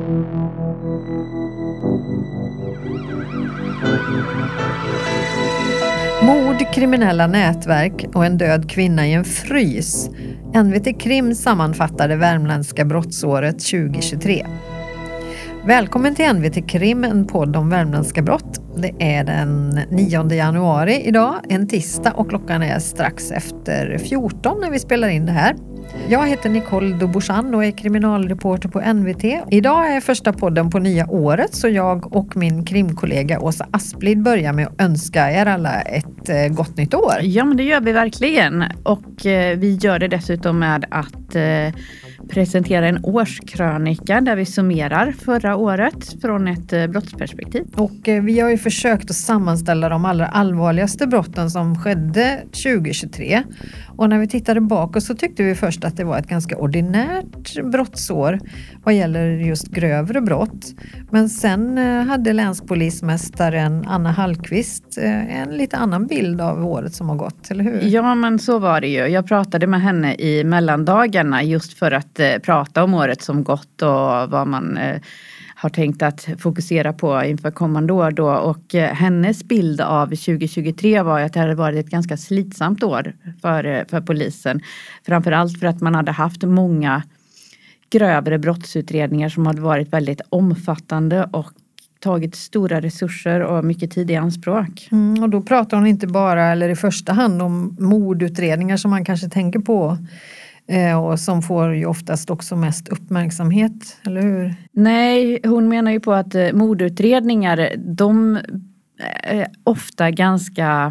Mord, kriminella nätverk och en död kvinna i en frys. NVT Krim sammanfattade värmländska brottsåret 2023. Välkommen till NVT Krim, en podd om värmländska brott. Det är den 9 januari idag, en tisdag, och klockan är strax efter 14 när vi spelar in det här. Jag heter Nicole Dobouchan och är kriminalreporter på NVT. Idag är första podden på nya året, så jag och min krimkollega Åsa Asplid börjar med att önska er alla ett gott nytt år. Ja, men det gör vi verkligen. Och vi gör det dessutom med att presentera en årskrönika där vi summerar förra året från ett brottsperspektiv. Och vi har ju försökt att sammanställa de allra allvarligaste brotten som skedde 2023. Och när vi tittade bakåt så tyckte vi först att det var ett ganska ordinärt brottsår vad gäller just grövre brott. Men sen hade länspolismästaren Anna Hallqvist en lite annan bild av året som har gått, eller hur? Ja, men så var det ju. Jag pratade med henne i mellandagarna just för att prata om året som gått och vad man har tänkt att fokusera på inför kommande år då. Och hennes bild av 2023 var att det hade varit ett ganska slitsamt år för polisen. Framförallt för att man hade haft många grövre brottsutredningar som hade varit väldigt omfattande och tagit stora resurser och mycket tid i anspråk. Och då pratar hon inte bara, eller i första hand, om mordutredningar som man kanske tänker på. Och som får ju oftast också mest uppmärksamhet, eller hur? Nej, hon menar ju på att mordutredningar, de är ofta ganska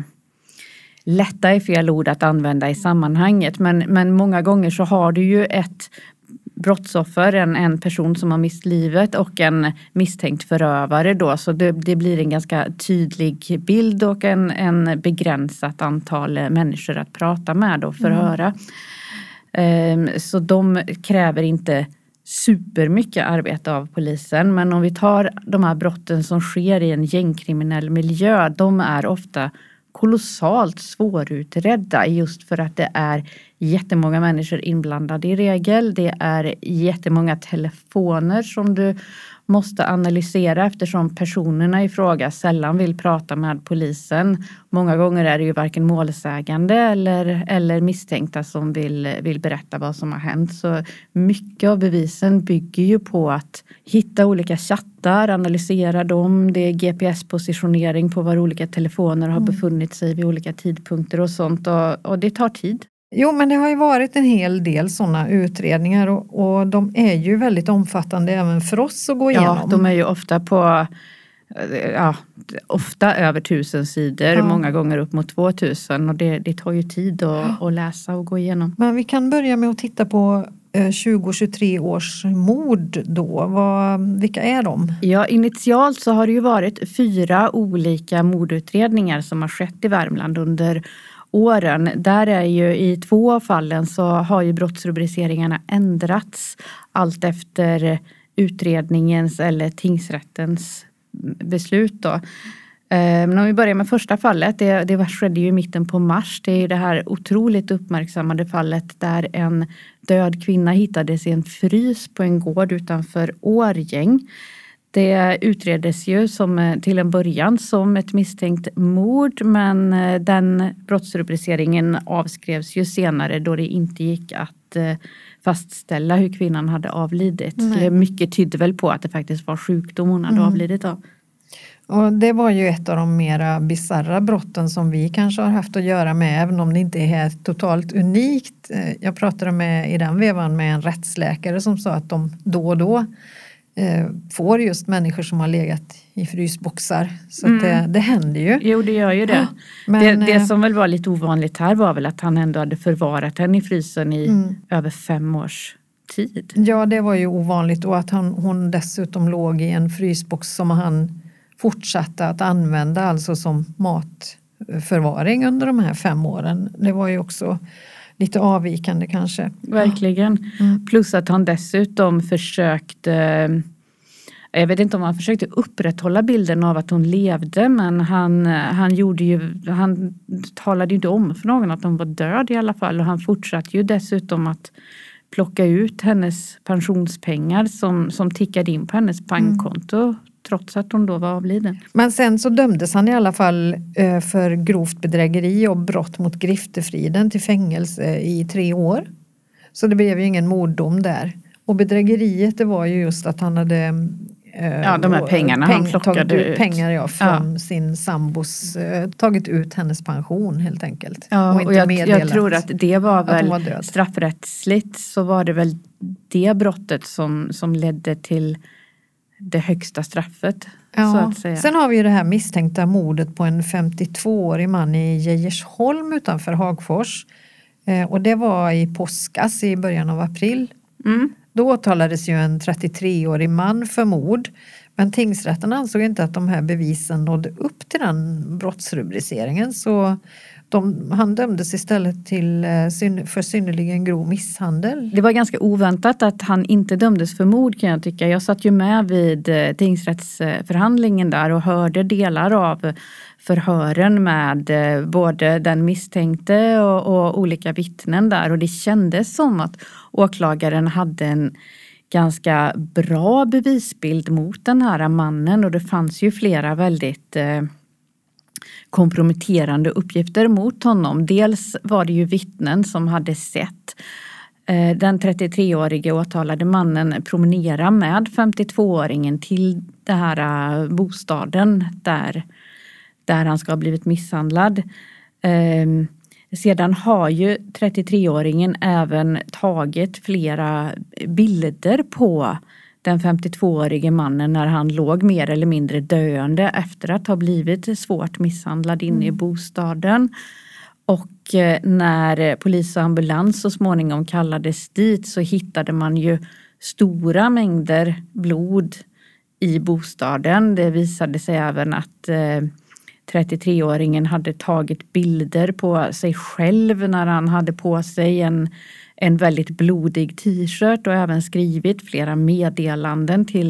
lätta, är fel ord att använda i sammanhanget. Men många gånger så har du ju ett brottsoffer, en person som har mist livet och en misstänkt förövare då. Så det blir en ganska tydlig bild och en begränsat antal människor att prata med och förhöra. Så de kräver inte supermycket arbete av polisen. Men om vi tar de här brotten som sker i en gängkriminell miljö, de är ofta kolossalt svårutredda just för att det är jättemånga människor inblandade i regel. Det är jättemånga telefoner som du måste analysera eftersom personerna i fråga sällan vill prata med polisen. Många gånger är det ju varken målsägande eller misstänkta som vill berätta vad som har hänt. Så mycket av bevisen bygger ju på att hitta olika chattar, analysera dem. Det är GPS-positionering på var olika telefoner har befunnit sig vid olika tidpunkter och sånt. Och det tar tid. Jo, men det har ju varit en hel del sådana utredningar och de är ju väldigt omfattande även för oss att gå igenom. Ja, de är ju ofta ofta över 1000 sidor, många gånger upp mot 2000 och det tar ju tid att läsa och gå igenom. Men vi kan börja med att titta på 2023 års mord då. Vilka är de? Ja, initialt så har det ju varit 4 olika mordutredningar som har skett i Värmland under åren. Där är ju i 2 av fallen så har ju brottsrubriceringarna ändrats allt efter utredningens eller tingsrättens beslut då. Men om vi börjar med första fallet, det skedde ju i mitten på mars. Det är ju det här otroligt uppmärksammade fallet där en död kvinna hittades i en frys på en gård utanför Årgäng. Det utreddes ju till en början som ett misstänkt mord, men den brottsrubriceringen avskrevs ju senare då det inte gick att fastställa hur kvinnan hade avlidit. Mycket tydde väl på att det faktiskt var sjukdom hon hade avlidit av. Och det var ju ett av de mera bizarra brotten som vi kanske har haft att göra med, även om det inte är helt totalt unikt. Jag pratade i den vevan med en rättsläkare som sa att de då och då får just människor som har legat i frysboxar. Så att det händer ju. Jo, det gör ju det. Ja, men det som väl var lite ovanligt här var väl att han ändå hade förvarat henne i frysen i över 5 års tid. Ja, det var ju ovanligt, och att hon dessutom låg i en frysbox som han fortsatte att använda alltså som matförvaring under de här 5 åren. Det var ju också lite avvikande kanske. Verkligen. Plus att han dessutom försökte, jag vet inte om han försökte upprätthålla bilden av att hon levde, men han talade ju inte om för någon att hon var död i alla fall, och han fortsatte ju dessutom att plocka ut hennes pensionspengar som tickade in på hennes bankkonto trots att hon då var avliden. Men sen så dömdes han i alla fall för grovt bedrägeri och brott mot griftefriden till fängelse i 3 år. Så det blev ju ingen morddom där. Och bedrägeriet, det var ju just att han hade de här pengarna han plockade tagit ut ut. pengar från sin sambos, tagit ut hennes pension helt enkelt. Ja, och jag tror att det var väl var straffrättsligt, så var det väl det brottet som ledde till det högsta straffet. Ja. Så att säga. Sen har vi ju det här misstänkta mordet på en 52-årig man i Geijersholm utanför Hagfors. Och det var i påskas i början av april. Då åtalades ju en 33-årig man för mord. Men tingsrätten ansåg inte att de här bevisen nådde upp till den brottsrubriceringen. Så han dömdes istället för synnerligen grov misshandel. Det var ganska oväntat att han inte dömdes för mord, kan jag tycka. Jag satt ju med vid tingsrättsförhandlingen där och hörde delar av förhören med både den misstänkte och olika vittnen där. Och det kändes som att åklagaren hade en ganska bra bevisbild mot den här mannen. Och det fanns ju flera väldigt komprometterande uppgifter mot honom. Dels var det ju vittnen som hade sett den 33-årige åtalade mannen promenera med 52-åringen till den här bostaden där han ska ha blivit misshandlad. Sedan har ju 33-åringen även tagit flera bilder på den 52-årige mannen när han låg mer eller mindre döende efter att ha blivit svårt misshandlad inne i bostaden. Och när polis och ambulans så småningom kallades dit så hittade man ju stora mängder blod i bostaden. Det visade sig även att 33-åringen hade tagit bilder på sig själv när han hade på sig en väldigt blodig t-shirt och även skrivit flera meddelanden till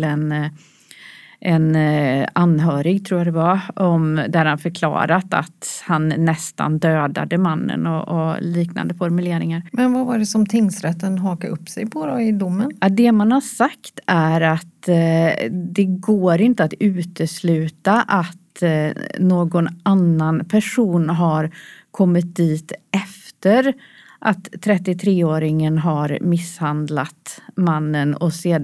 en anhörig, tror jag det var, där han förklarat att han nästan dödade mannen och liknande formuleringar. Men vad var det som tingsrätten hakade upp sig på då i domen? Ja, det man har sagt är att det går inte att utesluta att någon annan person har kommit dit efter att 33-åringen har misshandlat mannen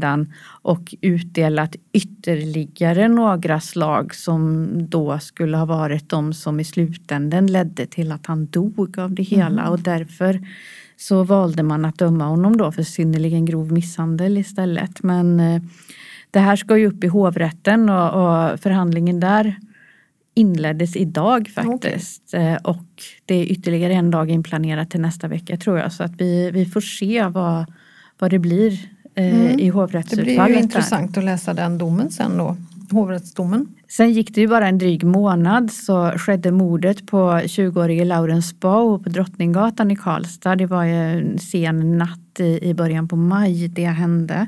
och utdelat ytterligare några slag som då skulle ha varit de som i slutändan ledde till att han dog av det hela. Och därför så valde man att döma honom då för synnerligen grov misshandel istället. Men det här ska ju upp i hovrätten och förhandlingen där inleddes idag faktiskt. Okay. Och det är ytterligare en dag inplanerat till nästa vecka, tror jag. Så att vi får se vad det blir i hovrättsutfallet. Det blir ju intressant att läsa den domen sen då, hovrättsdomen. Sen gick det ju bara en dryg månad så skedde mordet på 20-årige Laurens Bao på Drottninggatan i Karlstad. Det var ju en sen natt i början på maj det hände.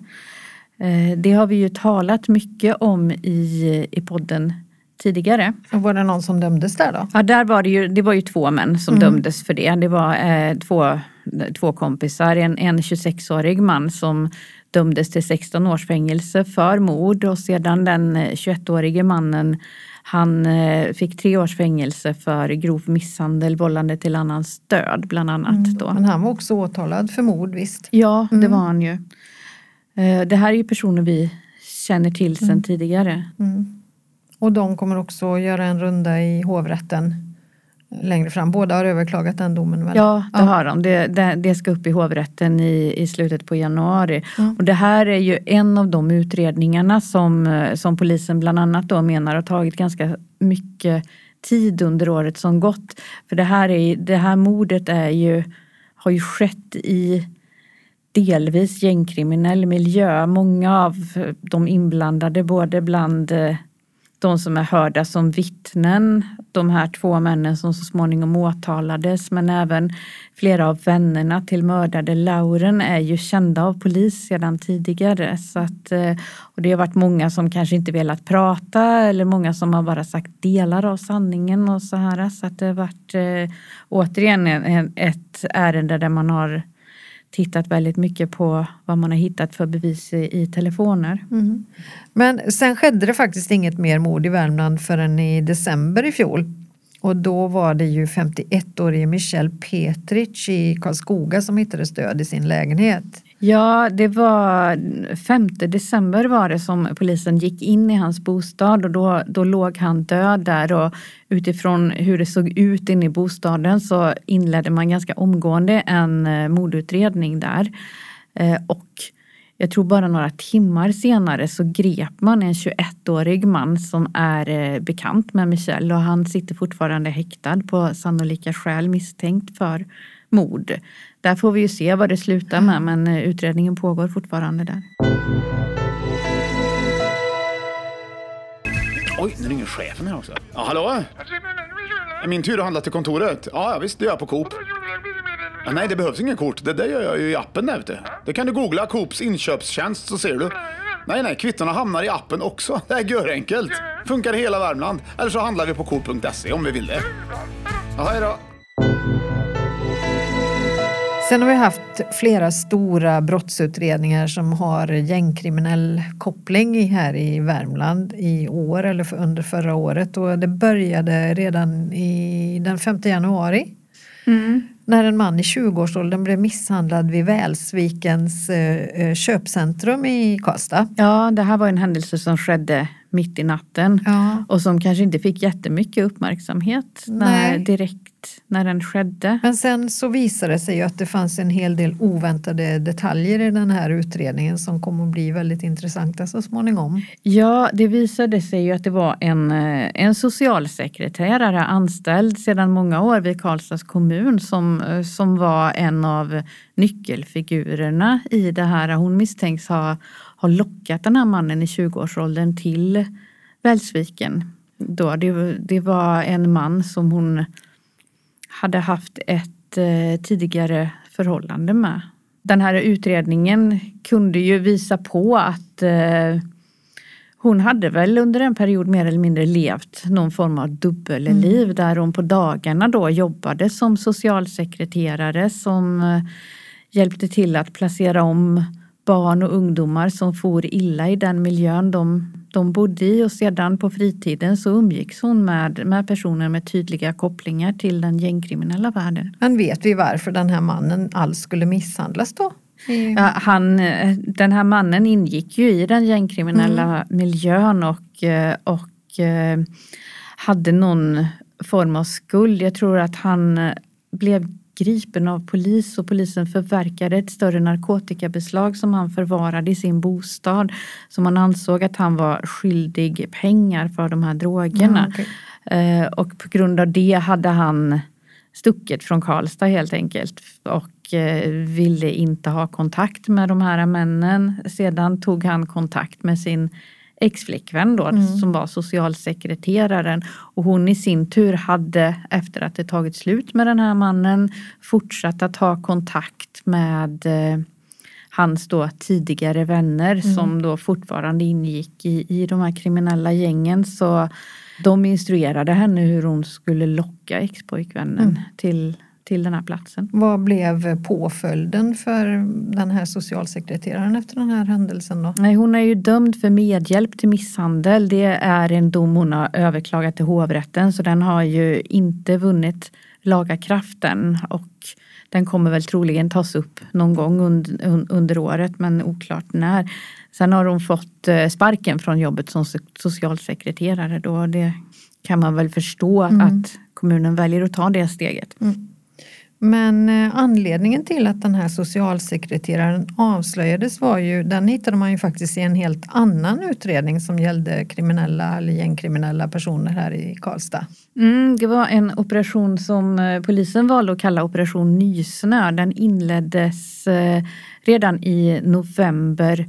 Det har vi ju talat mycket om i podden tidigare. Och var det någon som dömdes där då? Ja, det var ju 2 män som dömdes för det. Det var två kompisar. En 26-årig man som dömdes till 16 års fängelse för mord. Och sedan den 21-årige mannen, han fick 3 års fängelse för grov misshandel, vållande till annans död bland annat. Då. Men han var också åtalad för mord, visst? Ja, det var han ju. Det här är ju personer vi känner till sedan tidigare. Och de kommer också göra en runda i hovrätten längre fram. Båda har överklagat den domen väl? Ja, det har de. Det ska upp i hovrätten i slutet på januari. Och det här är ju en av de utredningarna som polisen bland annat då menar har tagit ganska mycket tid under året som gått. För det här mordet har ju skett i delvis gängkriminell miljö. Många av de inblandade, både bland de som är hörda som vittnen, de här 2 männen som så småningom åtalades, men även flera av vännerna till mördade Lauren är ju kända av polis sedan tidigare. Så att, och det har varit många som kanske inte velat prata eller många som har bara sagt delar av sanningen och så här. Så att det har varit återigen ett ärende där man har tittat väldigt mycket på vad man har hittat för bevis i telefoner. Mm. Men sen skedde det faktiskt inget mer mord i Värmland förrän i december i fjol. Och då var det ju 51-årige Michelle Petric i Karlskoga som hittades död i sin lägenhet. Ja, det var 5 december var det som polisen gick in i hans bostad och då låg han död där, och utifrån hur det såg ut inne i bostaden så inledde man ganska omgående en mordutredning där. Och jag tror bara några timmar senare så grep man en 21-årig man som är bekant med Michelle, och han sitter fortfarande häktad på sannolika skäl misstänkt för mord. Där får vi ju se vad det slutar med, men utredningen pågår fortfarande där. Oj, nu ringer chefen här också. Ja, hallå? Är min tur att handla till kontoret? Ja, visst, det gör jag på Coop. Ja, nej, det behövs ingen kort. Det där gör jag ju i appen där ute. Det kan du googla Coops inköpstjänst så ser du. Nej, kvittorna hamnar i appen också. Det är görenkelt. Funkar i hela Värmland. Eller så handlar vi på coop.se om vi vill det. Ja, hej då. Sen har vi haft flera stora brottsutredningar som har gängkriminell koppling här i Värmland i år eller under förra året. Och det började redan den 5 januari. När en man i 20-årsåldern blev misshandlad vid Välsvikens köpcentrum i Karlstad. Ja, det här var en händelse som skedde mitt i natten. Ja. Och som kanske inte fick jättemycket uppmärksamhet direkt när den skedde. Men sen så visade det sig ju att det fanns en hel del oväntade detaljer i den här utredningen som kommer att bli väldigt intressanta så småningom. Ja, det visade sig ju att det var en socialsekreterare anställd sedan många år vid Karlstads kommun som var en av nyckelfigurerna i det här. Hon misstänks ha lockat den här mannen i 20-årsåldern till Välsviken. Det var en man som hon hade haft ett tidigare förhållande med. Den här utredningen kunde ju visa på att hon hade väl under en period mer eller mindre levt någon form av dubbelliv där hon på dagarna då jobbade som socialsekreterare som hjälpte till att placera om barn och ungdomar som for illa i den miljön de bodde i, och sedan på fritiden så umgicks hon med personer med tydliga kopplingar till den gängkriminella världen. Men vet vi varför den här mannen alls skulle misshandlas då? Ja, den här mannen ingick ju i den gängkriminella miljön och hade någon form av skuld. Jag tror att han blev gripen av polis och polisen förverkade ett större narkotikabeslag som han förvarade i sin bostad. Så man ansåg att han var skyldig pengar för de här drogerna. Okay. Och på grund av det hade han stuckit från Karlstad helt enkelt och ville inte ha kontakt med de här männen. Sedan tog han kontakt med sin ex-flickvän då, som var socialsekreteraren, och hon i sin tur hade efter att det tagit slut med den här mannen fortsatt att ha kontakt med hans då tidigare vänner som då fortfarande ingick i de här kriminella gängen, så de instruerade henne hur hon skulle locka ex-pojkvännen till den här platsen. Vad blev påföljden för den här socialsekreteraren efter den här händelsen då? Nej, hon är ju dömd för medhjälp till misshandel. Det är en dom hon har överklagat till hovrätten, så den har ju inte vunnit laga kraften, och den kommer väl troligen tas upp någon gång under året, men oklart när. Sen har hon fått sparken från jobbet som socialsekreterare då. Det kan man väl förstå att kommunen väljer att ta det steget. Men anledningen till att den här socialsekreteraren avslöjades var ju, den hittade man ju faktiskt i en helt annan utredning som gällde kriminella eller gängkriminella personer här i Karlstad. Det var en operation som polisen valde att kalla Operation Nysnö. Den inleddes redan i november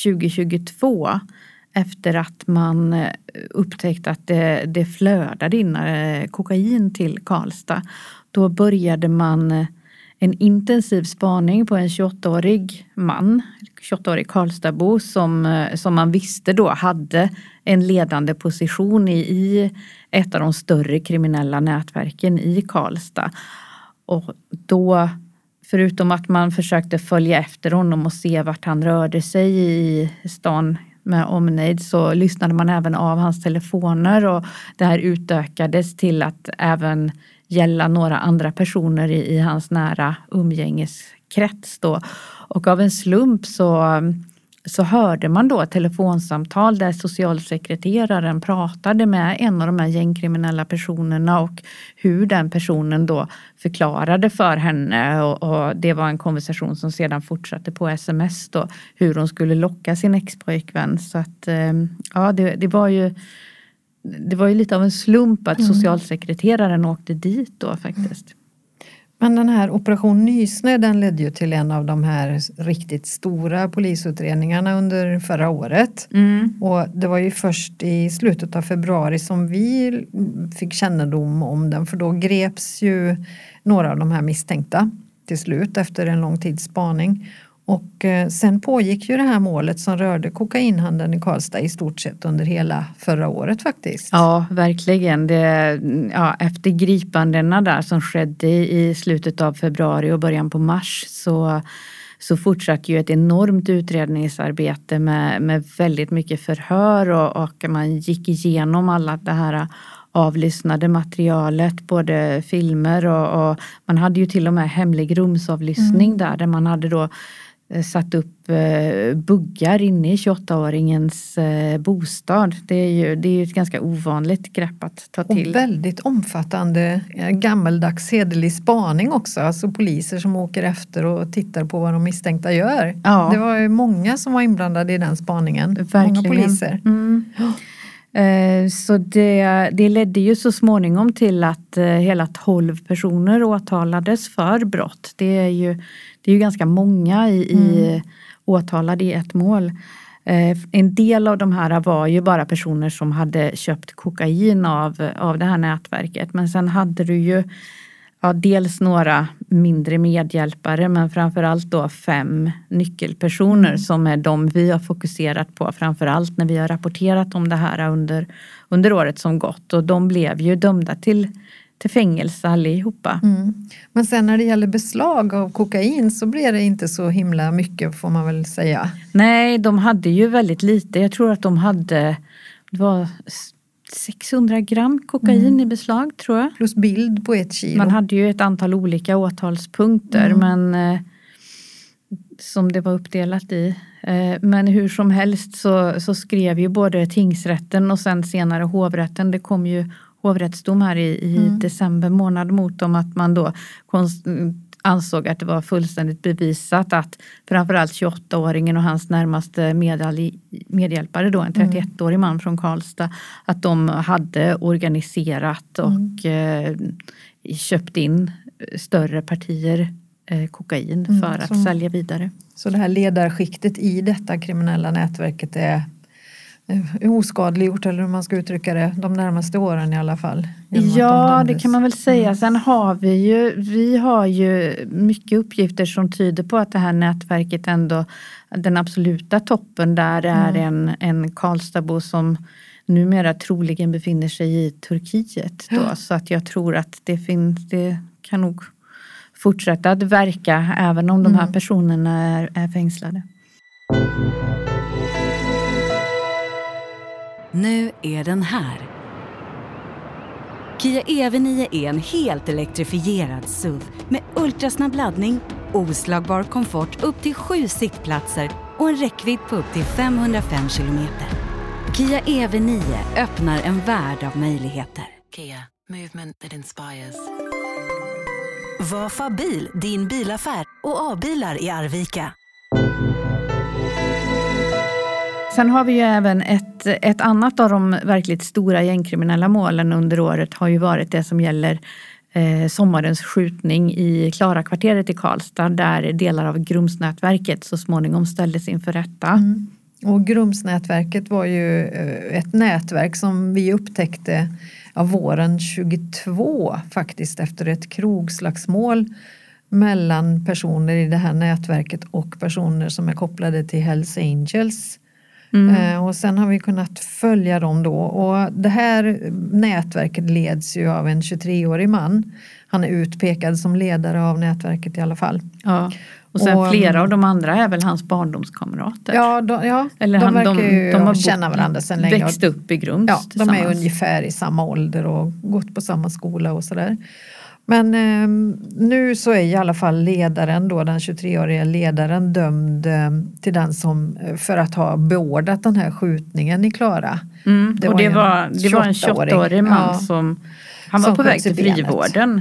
2022 efter att man upptäckte att det flödade in kokain till Karlstad. Då började man en intensiv spaning på en 28-årig man, 28-årig Karlstadbo som man visste då hade en ledande position i ett av de större kriminella nätverken i Karlstad. Och då förutom att man försökte följa efter honom och se vart han rörde sig i stan med omnejd, så lyssnade man även av hans telefoner, och det här utökades till att även gälla några andra personer i hans nära umgängeskrets då. Och av en slump så hörde man då ett telefonsamtal där socialsekreteraren pratade med en av de här gängkriminella personerna, och hur den personen då förklarade för henne, och det var en konversation som sedan fortsatte på sms då, hur hon skulle locka sin expojkvän. Så att ja, det var ju lite av en slump att socialsekreteraren åkte dit då faktiskt. Men den här Operation Nysnö, den ledde ju till en av de här riktigt stora polisutredningarna under förra året. Och det var ju först i slutet av februari som vi fick kännedom om den, för då greps ju några av de här misstänkta till slut efter en lång tids spaning. Och sen pågick ju det här målet som rörde kokainhandeln i Karlstad i stort sett under hela förra året faktiskt. Ja, verkligen. Efter gripandena där som skedde i slutet av februari och början på mars så fortsatte ju ett enormt utredningsarbete med väldigt mycket förhör, och man gick igenom alla det här avlyssnade materialet, både filmer och man hade ju till och med hemlig rumsavlyssning där man hade då satt upp buggar inne i 28-åringens bostad. Det är ju ett ganska ovanligt grepp att ta till. Och väldigt omfattande gammeldags hederlig spaning också. Alltså poliser som åker efter och tittar på vad de misstänkta gör. Ja. Det var ju många som var inblandade i den spaningen. Verkligen. Många poliser. Så det ledde ju så småningom till att hela 12 personer åtalades för brott. Det är ju ganska många åtalade i ett mål. En del av de här var ju bara personer som hade köpt kokain av det här nätverket. Men sen hade du ju dels några mindre medhjälpare, men framförallt då 5 nyckelpersoner som är de vi har fokuserat på framförallt när vi har rapporterat om det här under året som gått. Och de blev ju dömda till fängelse allihopa. Men sen när det gäller beslag av kokain så blev det inte så himla mycket, får man väl säga. Nej, de hade ju väldigt lite. Jag tror att de hade, det var 600 gram kokain i beslag, tror jag. Plus bild på 1 kilo. Man hade ju ett antal olika åtalspunkter, men som det var uppdelat i. Men hur som helst så skrev ju både tingsrätten och sen senare hovrätten, det kom ju hovrättsdom här i december månad mot dem, att man då ansåg att det var fullständigt bevisat att framförallt 28-åringen och hans närmaste medhjälpare då, en 31-årig man från Karlstad, att de hade organiserat och köpt in större partier kokain för att sälja vidare. Så det här ledarskiktet i detta kriminella nätverket är oskadliggjort, eller hur man ska uttrycka det, de närmaste åren i alla fall. Ja, det kan man väl säga. Sen har vi har ju mycket uppgifter som tyder på att det här nätverket ändå, den absoluta toppen där är en Karlstadbo som numera troligen befinner sig i Turkiet då. Så att jag tror att det kan nog fortsätta att verka även om de här personerna är fängslade. Nu är den här. Kia EV9 är en helt elektrifierad SUV med ultrasnabb laddning, oslagbar komfort upp till 7 sittplatser och en räckvidd på upp till 505 kilometer. Kia EV9 öppnar en värld av möjligheter. Kia, movement that inspires. Var Fabil, din bilaffär och A-bilar i Arvika. Sen har vi ju även ett annat av de verkligt stora gängkriminella målen under året har ju varit det som gäller sommarens skjutning i Klarakvarteret i Karlstad, där delar av Grumsnätverket så småningom ställdes inför rätta. Och Grumsnätverket var ju ett nätverk som vi upptäckte av våren 22 faktiskt, efter ett krogslagsmål mellan personer i det här nätverket och personer som är kopplade till Hells Angels. Och sen har vi kunnat följa dem då, och det här nätverket leds ju av en 23-årig man. Han är utpekad som ledare av nätverket i alla fall. Ja. Och sen flera av de andra är väl hans barndomskamrater. Ja, Eller de verkar ju känna varandra sedan länge. Växt upp i Grums de är ungefär i samma ålder och gått på samma skola och sådär. Men nu så är i alla fall ledaren då, den 23-åriga ledaren, dömd till den som för att ha beordrat den här skjutningen i Klara. Det var en 28-årig man som han var på väg till frivården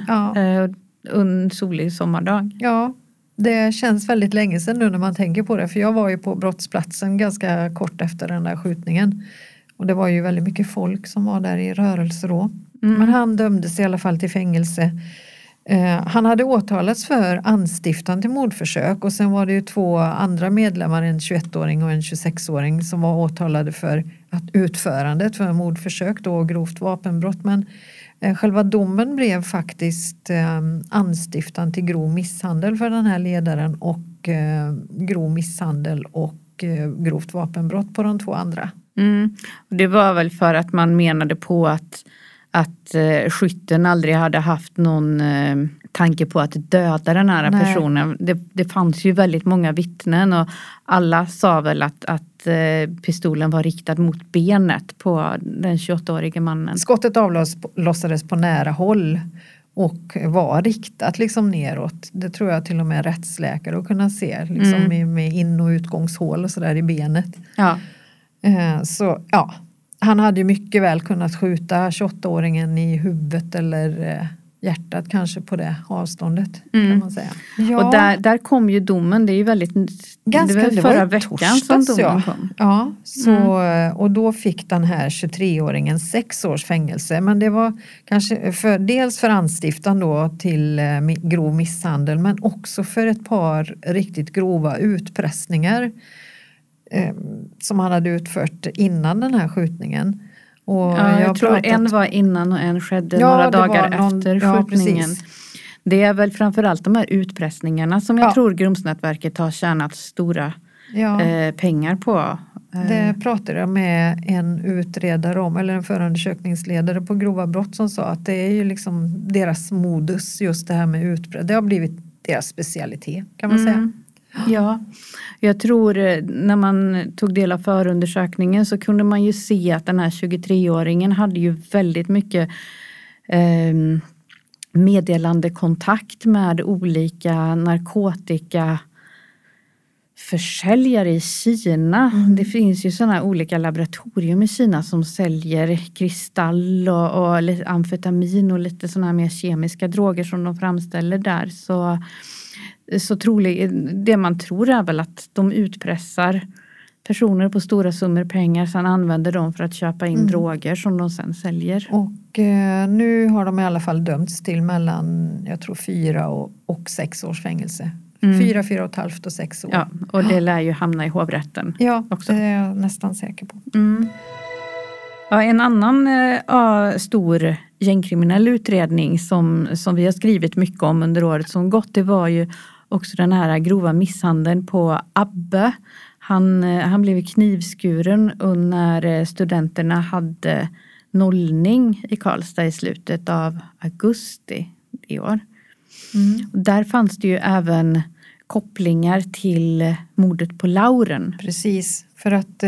en solig sommardag. Ja, det känns väldigt länge sedan nu när man tänker på det. För jag var ju på brottsplatsen ganska kort efter den där skjutningen. Och det var ju väldigt mycket folk som var där i rörelse då. Men han dömdes i alla fall till fängelse. Han hade åtalats för anstiftan till mordförsök. Och sen var det ju 2 andra medlemmar, en 21-åring och en 26-åring, som var åtalade för att utförandet för mordförsök då, och grovt vapenbrott. Men själva domen blev faktiskt anstiftan till grov misshandel för den här ledaren och grov misshandel och grovt vapenbrott på de 2 andra. Det var väl för att man menade på att skytten aldrig hade haft någon tanke på att döda den här personen. Det fanns ju väldigt många vittnen och alla sa väl att pistolen var riktad mot benet på den 28-årige mannen. Skottet avlossades på nära håll och var riktat liksom neråt. Det tror jag till och med rättsläkare att kunna se liksom med in- och utgångshål och sådär i benet. Ja. Så ja, han hade ju mycket väl kunnat skjuta 28-åringen i huvudet eller hjärtat kanske på det avståndet kan man säga. Ja. Och där kom ju domen, det är ju väldigt det var förra veckan som domen kom. Ja, och då fick den här 23-åringen 6 års fängelse, men det var kanske dels för anstiftan då till grov misshandel, men också för ett par riktigt grova utpressningar som han hade utfört innan den här skjutningen. Och jag tror en var innan och en skedde några dagar efter skjutningen. Det är väl framförallt de här utpressningarna som jag tror Grumsnätverket har tjänat stora pengar på. Det pratade jag med en utredare om, eller en förundersökningsledare på grova brott, som sa att det är ju liksom deras modus, just det här med utpressning. Det har blivit deras specialitet, kan man säga. Ja, jag tror när man tog del av förundersökningen så kunde man ju se att den här 23-åringen hade ju väldigt mycket meddelandekontakt med olika narkotikaförsäljare i Kina. Det finns ju sådana olika laboratorium i Kina som säljer kristall och amfetamin och lite sådana här mer kemiska droger som de framställer där. Så troligt, det man tror är väl att de utpressar personer på stora summor pengar, sen använder de för att köpa in droger som de sen säljer. Och nu har de i alla fall dömts till mellan, jag tror 4 och 6 års fängelse. 4,5 och 6 år. Ja, och det lär ju hamna i hovrätten. Ja, också. Det är jag nästan säker på. Ja, en annan stor gängkriminell utredning som vi har skrivit mycket om under året som gått, det var ju också den här grova misshandeln på Abbe. Han blev knivskuren när studenterna hade nollning i Karlstad i slutet av augusti i år. Där fanns det ju även kopplingar till mordet på Lauren. Precis, för att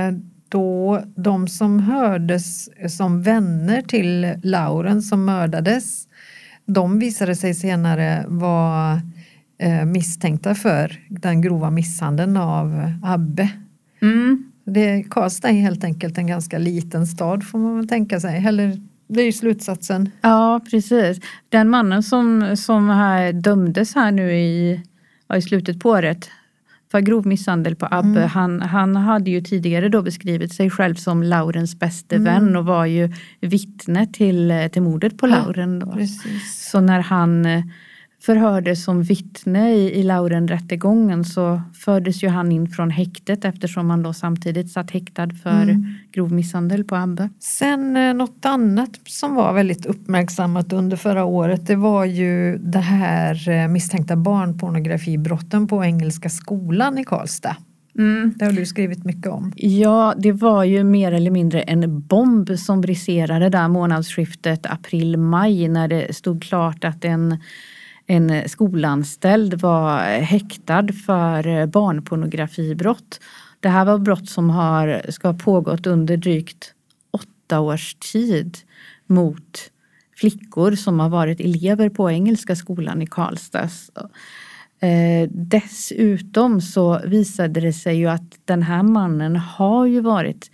då de som hördes som vänner till Lauren som mördades, de visade sig senare vara misstänkta för den grova misshandeln av Abbe. Karlstad är helt enkelt en ganska liten stad, får man väl tänka sig. Eller det är ju slutsatsen. Ja, precis. Den mannen som här dömdes här nu i slutet på året för grov misshandel på Abbe. Han hade ju tidigare då beskrivit sig själv som Laurens bäste vän och var ju vittne till mordet på Lauren då. Precis. Så när han förhördes som vittne i Lauren-rättegången så fördes ju han in från häktet eftersom han då samtidigt satt häktad för grov misshandel på Abbe. Sen något annat som var väldigt uppmärksammat under förra året, det var ju det här misstänkta barnpornografibrotten på Engelska skolan i Karlstad. Det har du skrivit mycket om. Ja, det var ju mer eller mindre en bomb som briserade där månadsskiftet april-maj när det stod klart att en skolanställd var häktad för barnpornografibrott. Det här var brott som ska ha pågått under drygt 8 års tid mot flickor som har varit elever på Engelska skolan i Karlstad. Dessutom så visade det sig ju att den här mannen har ju varit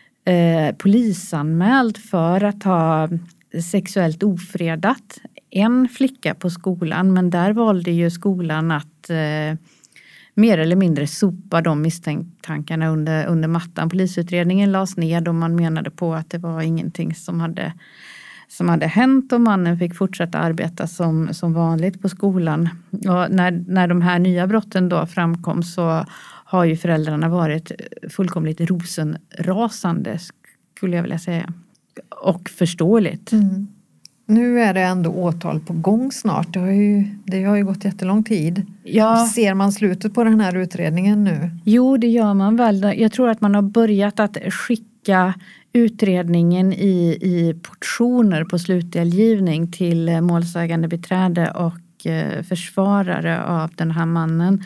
polisanmäld för att ha sexuellt ofredat en flicka på skolan, men där valde ju skolan att mer eller mindre sopa de misstankarna under mattan. Polisutredningen lades ned och man menade på att det var ingenting som hade hänt och mannen fick fortsätta arbeta som vanligt på skolan. Och när de här nya brotten då framkom så har ju föräldrarna varit fullkomligt rosenrasande, skulle jag vilja säga. Och förståeligt. Nu är det ändå åtal på gång snart. Det har ju gått jättelång tid. Ja. Ser man slutet på den här utredningen nu? Jo, det gör man väl. Jag tror att man har börjat att skicka utredningen i portioner på slutdelgivning till målsägande beträde och försvarare av den här mannen.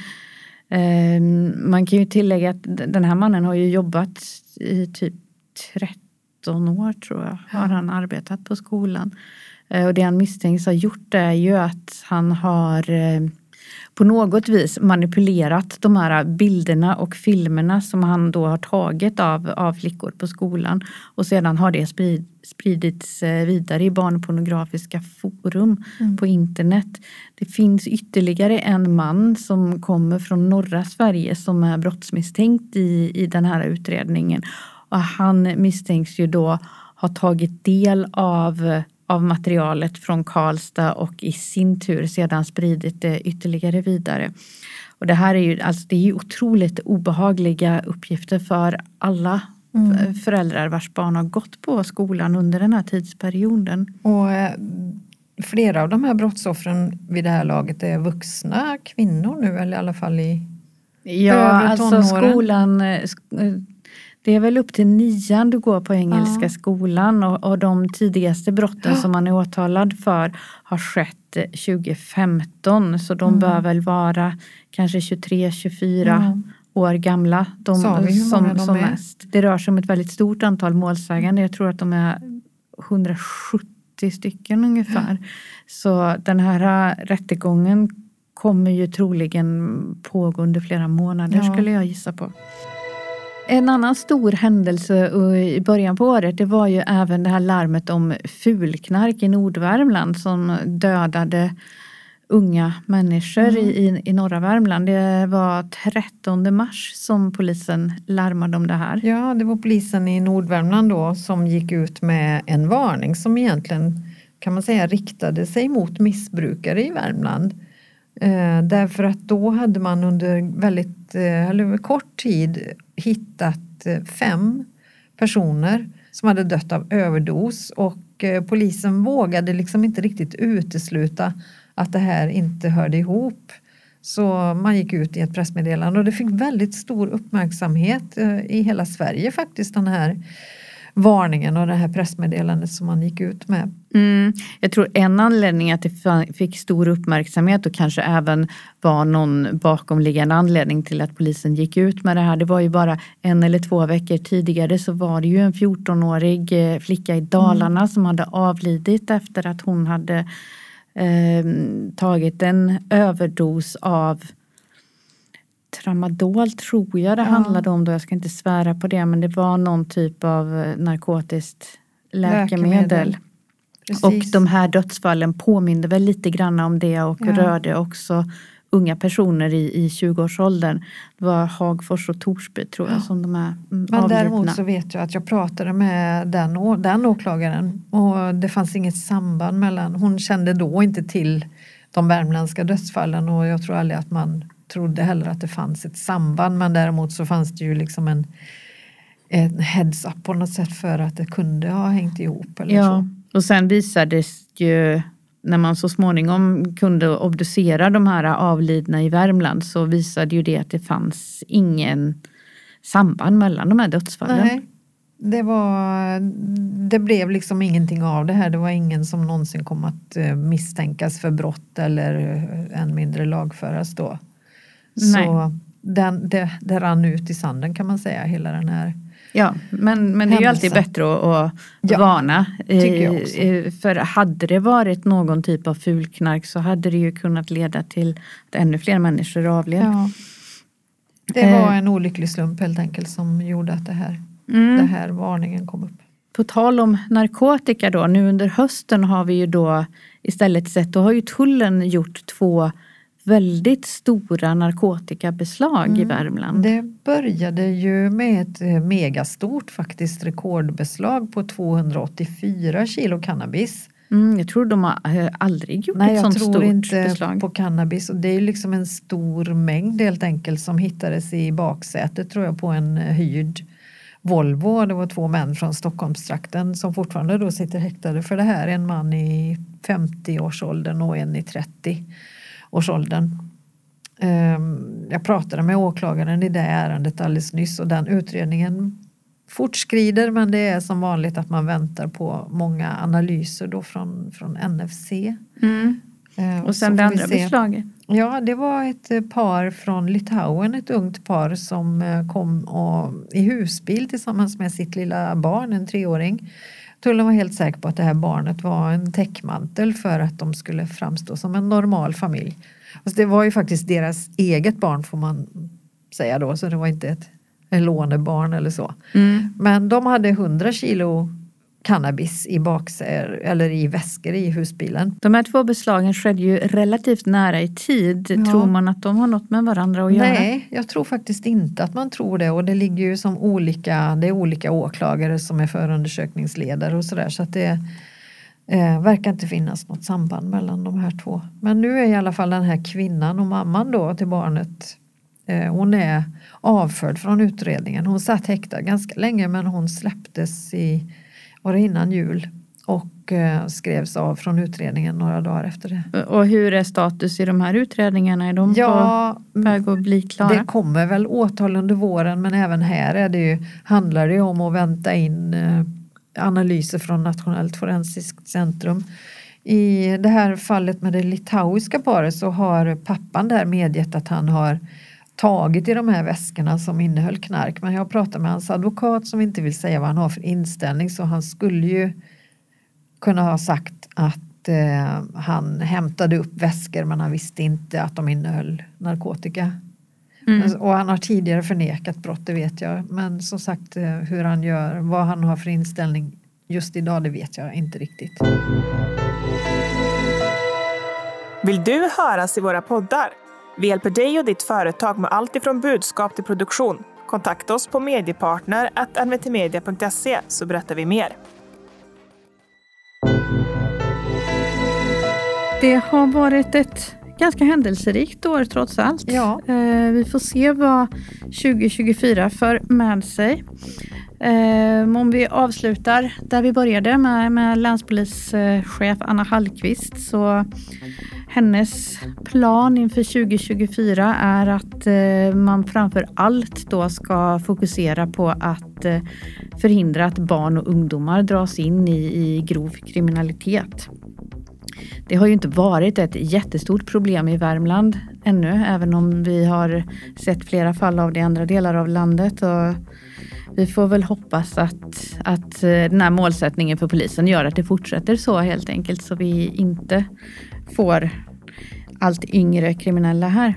Man kan ju tillägga att den här mannen har ju jobbat i typ 13 år tror jag. Har han arbetat på skolan. Och det han misstänks ha gjort är ju att han har på något vis manipulerat de här bilderna och filmerna som han då har tagit av flickor på skolan. Och sedan har det spridits vidare i barnpornografiska forum på internet. Det finns ytterligare en man som kommer från norra Sverige som är brottsmisstänkt i den här utredningen. Och han misstänks ju då ha tagit del av materialet från Karlstad och i sin tur sedan spridit det ytterligare vidare. Och det här är ju, alltså det är ju otroligt obehagliga uppgifter för alla föräldrar vars barn har gått på skolan under den här tidsperioden. Och flera av de här brottsoffren vid det här laget är vuxna kvinnor nu, eller i alla fall i övre tonåren. Skolan, det är väl upp till 9 du går på Engelska skolan och de tidigaste brotten som man är åtalad för har skett 2015, så de bör väl vara kanske 23-24 år gamla som mest. Det rör sig om ett väldigt stort antal målsägande. Jag tror att de är 170 stycken ungefär. Så den här rättegången kommer ju troligen pågå under flera månader skulle jag gissa på. En annan stor händelse i början på året, det var ju även det här larmet om fulknark i Nordvärmland som dödade unga människor i norra Värmland. Det var 13 mars som polisen larmade om det här. Ja, det var polisen i Nordvärmland då som gick ut med en varning som egentligen, kan man säga, riktade sig mot missbrukare i Värmland. Därför att då hade man under väldigt kort tid hittat 5 personer som hade dött av överdos, och polisen vågade liksom inte riktigt utesluta att det här inte hörde ihop. Så man gick ut i ett pressmeddelande och det fick väldigt stor uppmärksamhet i hela Sverige faktiskt, den här varningen och det här pressmeddelandet som man gick ut med. Jag tror en anledning att det fick stor uppmärksamhet och kanske även var någon bakomliggande anledning till att polisen gick ut med det här. Det var ju bara 1 eller 2 veckor tidigare så var det ju en 14-årig flicka i Dalarna som hade avlidit efter att hon hade tagit en överdos av tramadol, tror jag det handlade om då. Jag ska inte svära på det, men det var någon typ av narkotiskt läkemedel. Och de här dödsfallen påminner väl lite grann om det och rörde också unga personer i 20-årsåldern. Det var Hagfors och Torsby tror jag som de är avlidna. Men däremot så vet jag att jag pratade med den åklagaren och det fanns inget samband mellan, hon kände då inte till de värmländska dödsfallen och jag tror aldrig att man trodde heller att det fanns ett samband, men däremot så fanns det ju liksom en heads up på något sätt för att det kunde ha hängt ihop eller så. Och sen visades ju när man så småningom kunde obducera de här avlidna i Värmland så visade ju det att det fanns ingen samband mellan de här dödsfallen. Nej, det blev liksom ingenting av det här. Det var ingen som någonsin kom att misstänkas för brott eller än mindre lagföras då. Nej. Så det rann ut i sanden kan man säga, hela den här. Ja, men det är ju alltid bättre att varna. Tycker jag också. För hade det varit någon typ av fulknark så hade det ju kunnat leda till att ännu fler människor avled. Ja. Det var en olycklig slump helt enkelt som gjorde att det här varningen kom upp. På tal om narkotika då, nu under hösten har vi ju då istället sett, då har ju tullen gjort 2 väldigt stora narkotikabeslag i Värmland. Det började ju med ett megastort faktiskt rekordbeslag på 284 kilo cannabis. Jag tror de har aldrig gjort ett sånt stort beslag. Nej, jag tror inte på cannabis. Och det är liksom en stor mängd helt enkelt som hittades i baksätet tror jag på en hyrd Volvo. Det var 2 män från Stockholmstrakten som fortfarande då sitter häktade för det här. En man i 50-årsåldern och en i 30-årsåldern. Jag pratade med åklagaren i det ärendet alldeles nyss och den utredningen fortskrider, men det är som vanligt att man väntar på många analyser då från NFC. Och sen det andra beslaget? Ja, det var ett par från Litauen, ett ungt par som kom i husbil tillsammans med sitt lilla barn, en 3-åring. Tullen var helt säker på att det här barnet var en täckmantel för att de skulle framstå som en normal familj. Alltså det var ju faktiskt deras eget barn får man säga då, så det var inte ett lånebarn eller så. Men de hade 100 kilo cannabis i väskor i husbilen. De här 2 beslagen skedde ju relativt nära i tid. Ja. Tror man att de har något med varandra att göra? Nej, jag tror faktiskt inte att man tror det. Och det ligger ju som olika åklagare som är förundersökningsledare och sådär. Så att det verkar inte finnas något samband mellan de här 2. Men nu är i alla fall den här kvinnan och mamman då till barnet. Hon är avförd från utredningen. Hon satt häktad ganska länge men hon släpptes innan jul och skrevs av från utredningen några dagar efter det. Och hur är status i de här utredningarna? Är de på väg att bli klara? Det kommer väl åtal under våren, men även här handlar det om att vänta in analyser från Nationellt forensiskt centrum. I det här fallet med det litauiska paret så har pappan där medgett att han har tagit i de här väskorna som innehöll knark. Men jag pratade med hans advokat som inte vill säga vad han har för inställning, så han skulle ju kunna ha sagt att han hämtade upp väskor men han visste inte att de innehöll narkotika. Och han har tidigare förnekat brott, det vet jag. Men som sagt, hur han gör, vad han har för inställning just idag, det vet jag inte riktigt. Vill du höras i våra poddar? Vi hjälper dig och ditt företag med allt ifrån budskap till produktion. Kontakta oss på mediepartner@nvtmedia.se så berättar vi mer. Det har varit ett ganska händelserikt år trots allt. Ja. Vi får se vad 2024 för med sig. Om vi avslutar där vi började med länspolischef Anna Hallqvist, så hennes plan inför 2024 är att man framför allt då ska fokusera på att förhindra att barn och ungdomar dras in i grov kriminalitet. Det har ju inte varit ett jättestort problem i Värmland ännu, även om vi har sett flera fall av det i andra delar av landet. Och vi får väl hoppas att den här målsättningen för polisen gör att det fortsätter så helt enkelt, så vi inte får allt yngre kriminella här.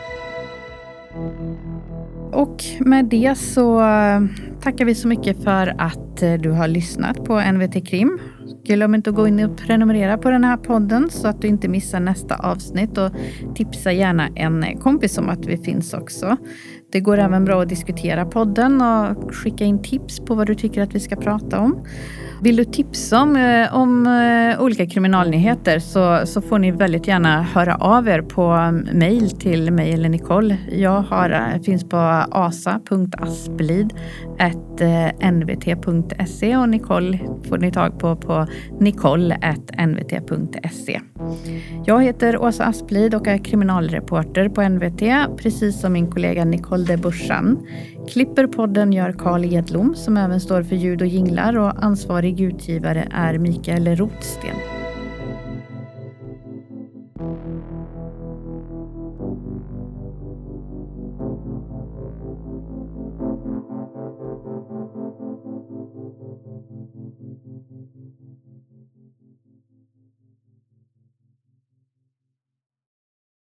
Och med det så tackar vi så mycket för att du har lyssnat på NVT Krim. Glöm inte att gå in och prenumerera på den här podden så att du inte missar nästa avsnitt, och tipsa gärna en kompis om att vi finns också. Det går även bra att diskutera podden och skicka in tips på vad du tycker att vi ska prata om. Vill du tipsa om olika kriminalnyheter så får ni väldigt gärna höra av er på mejl till mig eller Nicole. Jag finns på asa.asplid@nvt.se och Nicole får ni tag på nicole@nvt.se. Jag heter Åsa Asplid och är kriminalreporter på NVT, precis som min kollega Nicole de Bursan. Klipper podden gör Carl Edlom som även står för ljud och jinglar och ansvarig utgivare är Mikael Rotsten.